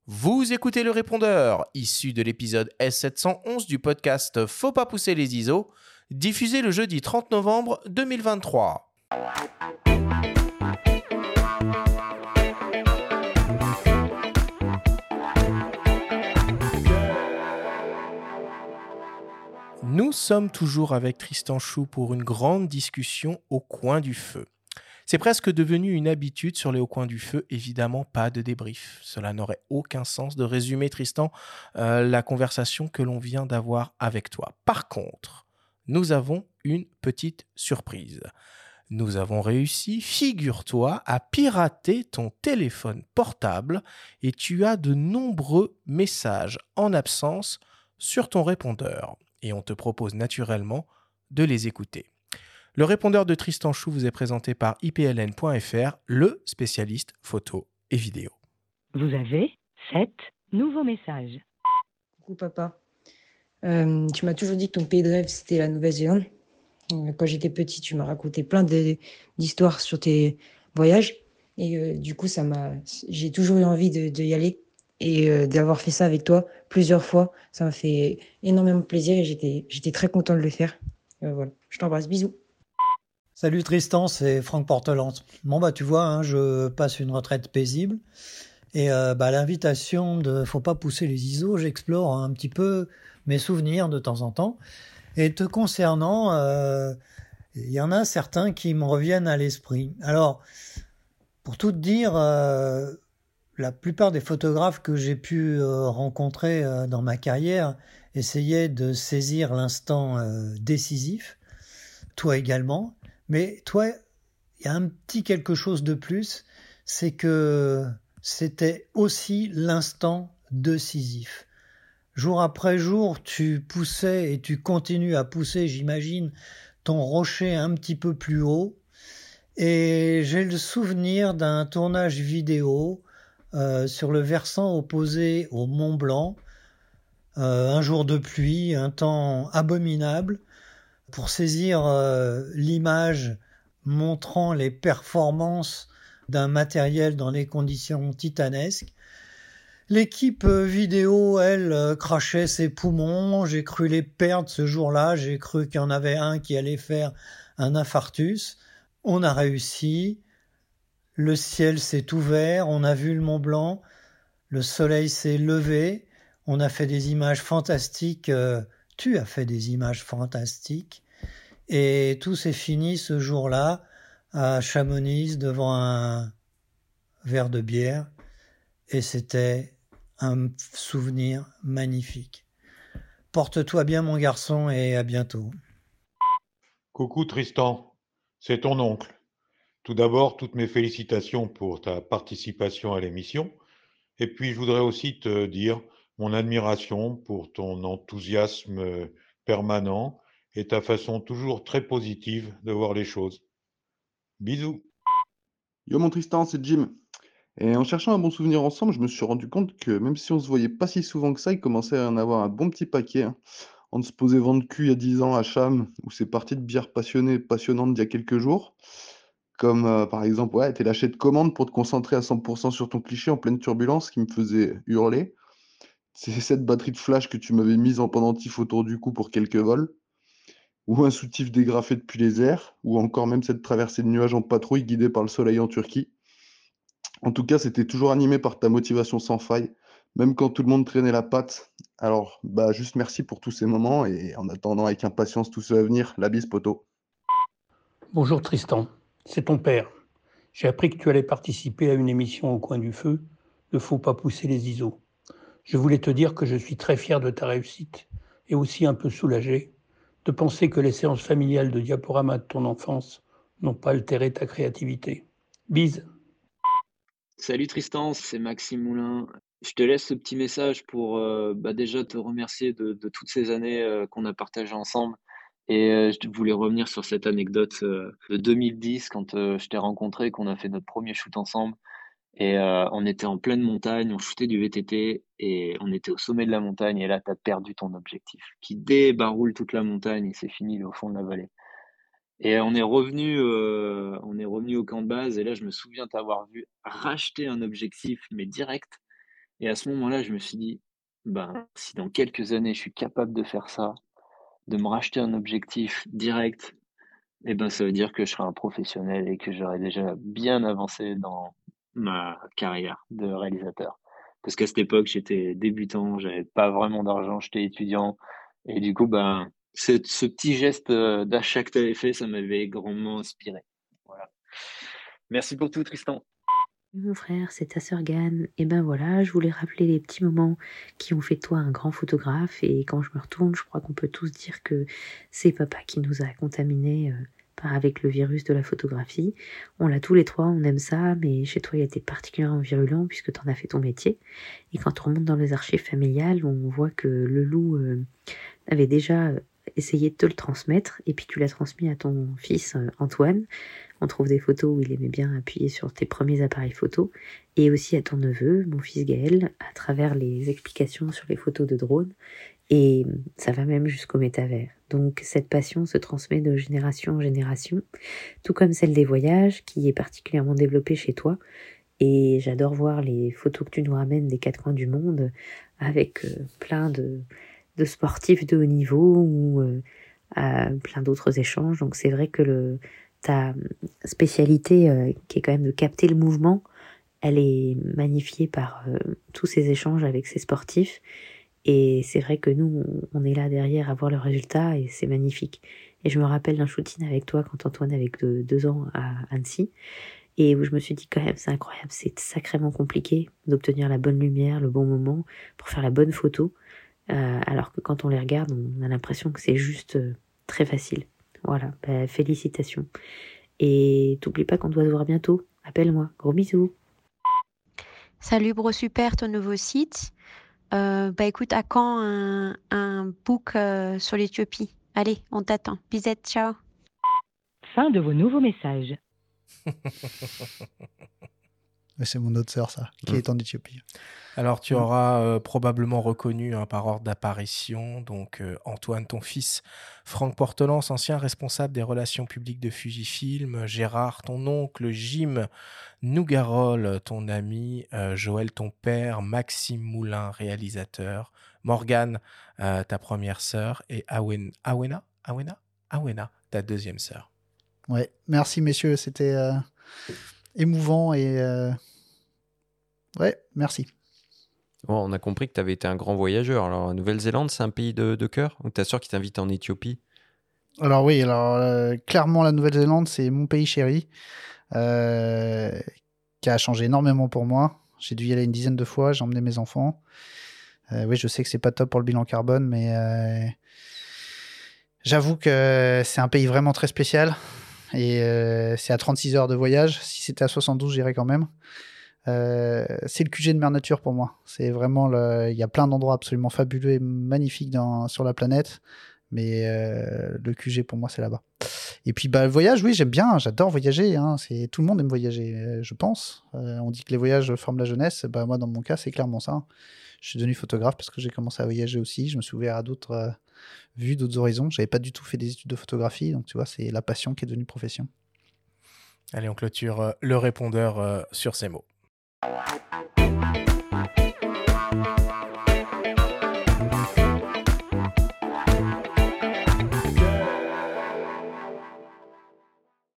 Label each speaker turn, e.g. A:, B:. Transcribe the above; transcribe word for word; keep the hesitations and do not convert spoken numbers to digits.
A: Vous écoutez le répondeur, issu de l'épisode S sept cent onze du podcast Faut pas pousser les I S O, diffusé le jeudi trente novembre deux mille vingt-trois. Nous sommes toujours avec Tristan Chou pour une grande discussion au coin du feu. C'est presque devenu une habitude sur les Au coin du feu, évidemment pas de débrief. Cela n'aurait aucun sens de résumer, Tristan, euh, la conversation que l'on vient d'avoir avec toi. Par contre, nous avons une petite surprise. Nous avons réussi, figure-toi, à pirater ton téléphone portable et tu as de nombreux messages en absence sur ton répondeur. Et on te propose naturellement de les écouter. Le répondeur de Tristan Chou vous est présenté par I P L N point F R, le spécialiste photo et vidéo.
B: Vous avez sept nouveaux messages.
C: Coucou papa. Euh, tu m'as toujours dit que ton pays de rêve c'était la Nouvelle-Zélande. Euh, Quand j'étais petit, tu m'as raconté plein de- d'histoires sur tes voyages. Et euh, du coup, ça m'a, j'ai toujours eu envie de, de y aller et euh, d'avoir fait ça avec toi plusieurs fois. Ça m'a fait énormément plaisir et j'étais, j'étais très content de le faire. Euh, voilà. Je t'embrasse. Bisous.
D: Salut Tristan, c'est Franck Portelance. Bon bah tu vois, hein, je passe une retraite paisible et euh, bah, l'invitation de Faut pas pousser les I S O, j'explore un petit peu mes souvenirs de temps en temps. Et te concernant, euh, il y en a certains qui me reviennent à l'esprit. Alors, pour tout te dire, euh, la plupart des photographes que j'ai pu euh, rencontrer euh, dans ma carrière essayaient de saisir l'instant euh, décisif, toi également. Mais toi, il y a un petit quelque chose de plus, c'est que c'était aussi l'instant décisif. Jour après jour, tu poussais et tu continues à pousser, j'imagine, ton rocher un petit peu plus haut. Et j'ai le souvenir d'un tournage vidéo euh, sur le versant opposé au Mont Blanc. Euh, un jour de pluie, un temps abominable. Pour saisir euh, l'image montrant les performances d'un matériel dans des conditions titanesques. L'équipe vidéo, elle, euh, crachait ses poumons. J'ai cru les perdre ce jour-là. J'ai cru qu'il y en avait un qui allait faire un infarctus. On a réussi. Le ciel s'est ouvert. On a vu le Mont Blanc. Le soleil s'est levé. On a fait des images fantastiques. Euh, tu as fait des images fantastiques. Et tout s'est fini ce jour-là à Chamonix devant un verre de bière. Et c'était un souvenir magnifique. Porte-toi bien mon garçon et à bientôt.
E: Coucou Tristan, c'est ton oncle. Tout d'abord, toutes mes félicitations pour ta participation à l'émission. Et puis, je voudrais aussi te dire mon admiration pour ton enthousiasme euh, permanent et ta façon toujours très positive de voir les choses. Bisous.
F: Yo mon Tristan, c'est Jim. Et en cherchant un bon souvenir ensemble, je me suis rendu compte que même si on se voyait pas si souvent que ça, il commençait à en avoir un bon petit paquet, hein. On se posait vent de cul il y a dix ans à Cham, ou ces parties de bière passionnées, passionnantes d'il y a quelques jours. Comme euh, par exemple, ouais, t'es lâché de commande pour te concentrer à cent pour cent sur ton cliché en pleine turbulence qui me faisait hurler. C'est cette batterie de flash que tu m'avais mise en pendentif autour du cou pour quelques vols. Ou un soutif dégrafé depuis les airs, ou encore même cette traversée de nuages en patrouille guidée par le soleil en Turquie. En tout cas, c'était toujours animé par ta motivation sans faille, même quand tout le monde traînait la patte. Alors, bah, juste merci pour tous ces moments et en attendant avec impatience tout ce à venir, la bise, poto.
G: Bonjour Tristan, c'est ton père. J'ai appris que tu allais participer à une émission au coin du feu, ne faut pas pousser les I S O. Je voulais te dire que je suis très fier de ta réussite et aussi un peu soulagé de penser que les séances familiales de diaporama de ton enfance n'ont pas altéré ta créativité. Bise.
H: Salut Tristan, c'est Maxime Moulin. Je te laisse ce petit message pour euh, bah déjà te remercier de, de toutes ces années euh, qu'on a partagées ensemble. Et euh, je voulais revenir sur cette anecdote euh, de deux mille dix quand euh, je t'ai rencontré, qu'on a fait notre premier shoot ensemble. Et euh, on était en pleine montagne, on shootait du V T T et on était au sommet de la montagne. Et là, tu as perdu ton objectif qui débaroule toute la montagne et c'est fini, il est au fond de la vallée. Et on est revenu, euh, on est revenu au camp de base et là je me souviens t'avoir vu racheter un objectif mais direct Et à ce moment-là, je me suis dit: «Ben, si dans quelques années, je suis capable de faire ça, de me racheter un objectif direct, et ben, ça veut dire que je serai un professionnel et que j'aurai déjà bien avancé dans ma carrière de réalisateur». Parce qu'à cette époque, j'étais débutant, j'avais pas vraiment d'argent, j'étais étudiant et du coup, ben, ce ce petit geste, heu, d'achat que tu avais fait, ça m'avait grandement inspiré. Voilà. Merci pour tout, Tristan.
I: Mon frère, c'est ta sœur Gan. Et ben voilà, je voulais rappeler les petits moments qui ont fait de toi un grand photographe. Et quand je me retourne, je crois qu'on peut tous dire que c'est papa qui nous a contaminés euh, par- avec le virus de la photographie. On l'a tous les trois, on aime ça, mais chez toi, il était particulièrement virulent puisque tu en as fait ton métier. Et quand on remonte dans les archives familiales, on voit que le loup euh, avait déjà euh, essayé de te le transmettre. Et puis tu l'as transmis à ton fils euh, Antoine. On trouve des photos où il aimait bien appuyer sur tes premiers appareils photo, et aussi à ton neveu, mon fils Gaël, à travers les explications sur les photos de drone, et ça va même jusqu'au métavers. Donc cette passion se transmet de génération en génération, tout comme celle des voyages, qui est particulièrement développée chez toi, et j'adore voir les photos que tu nous ramènes des quatre coins du monde, avec euh, plein de, de sportifs de haut niveau, ou euh, à plein d'autres échanges. Donc c'est vrai que le ta spécialité, euh, qui est quand même de capter le mouvement, elle est magnifiée par euh, tous ces échanges avec ces sportifs. Et c'est vrai que nous, on, on est là derrière à voir le résultat et c'est magnifique. Et je me rappelle d'un shooting avec toi quand Antoine avait que deux ans à Annecy, et où je me suis dit quand même, c'est incroyable, c'est sacrément compliqué d'obtenir la bonne lumière, le bon moment pour faire la bonne photo, euh, alors que quand on les regarde, on a l'impression que c'est juste euh, très facile. Voilà, bah, félicitations. Et t'oublie pas qu'on doit se voir bientôt. Appelle-moi. Gros bisous.
J: Salut Bro Super, ton nouveau site. Euh, bah écoute, à quand un, un book euh, sur l'Éthiopie? Allez, on t'attend. Bisous, ciao.
B: Fin de vos nouveaux messages.
K: Mais c'est mon autre sœur, ça, qui
A: Mm.
K: est en Éthiopie.
A: Alors, tu
K: Mm.
A: auras euh, probablement reconnu hein, par ordre d'apparition donc euh, Antoine, ton fils, Franck Portelance, ancien responsable des relations publiques de Fujifilm, Gérard, ton oncle, Jim Nougarol, ton ami, euh, Joël, ton père, Maxime Moulin, réalisateur, Morgane, euh, ta première sœur, et Awen, Awena, Awena, Awena, ta deuxième sœur.
K: Ouais, merci messieurs, c'était euh, émouvant et euh, ouais, merci.
L: Bon, on a compris que tu avais été un grand voyageur. Alors, la Nouvelle-Zélande, c'est un pays de, de cœur? Ou ta sœur qui t'invite en Éthiopie?
K: Alors oui, alors euh, clairement la Nouvelle-Zélande, c'est mon pays chéri, euh, qui a changé énormément pour moi. J'ai dû y aller une dizaine de fois, j'ai emmené mes enfants. Euh, oui, je sais que c'est pas top pour le bilan carbone, mais euh, j'avoue que c'est un pays vraiment très spécial. Et euh, c'est à trente-six heures de voyage. Si c'était à soixante-douze, j'irais quand même. Euh, c'est le Q G de Mère Nature pour moi. C'est vraiment le... Il y a plein d'endroits absolument fabuleux et magnifiques dans... sur la planète. Mais euh, le Q G pour moi, c'est là-bas. Et puis bah, le voyage, oui, j'aime bien. J'adore voyager. Hein. C'est... Tout le monde aime voyager, euh, je pense. Euh, on dit que les voyages forment la jeunesse. Bah, moi, dans mon cas, c'est clairement ça. Je suis devenu photographe parce que j'ai commencé à voyager aussi. Je me suis ouvert à d'autres euh, vues, d'autres horizons. J'avais pas du tout fait des études de photographie. Donc, tu vois, c'est la passion qui est devenue profession.
A: Allez, on clôture euh, le répondeur euh, sur ces mots.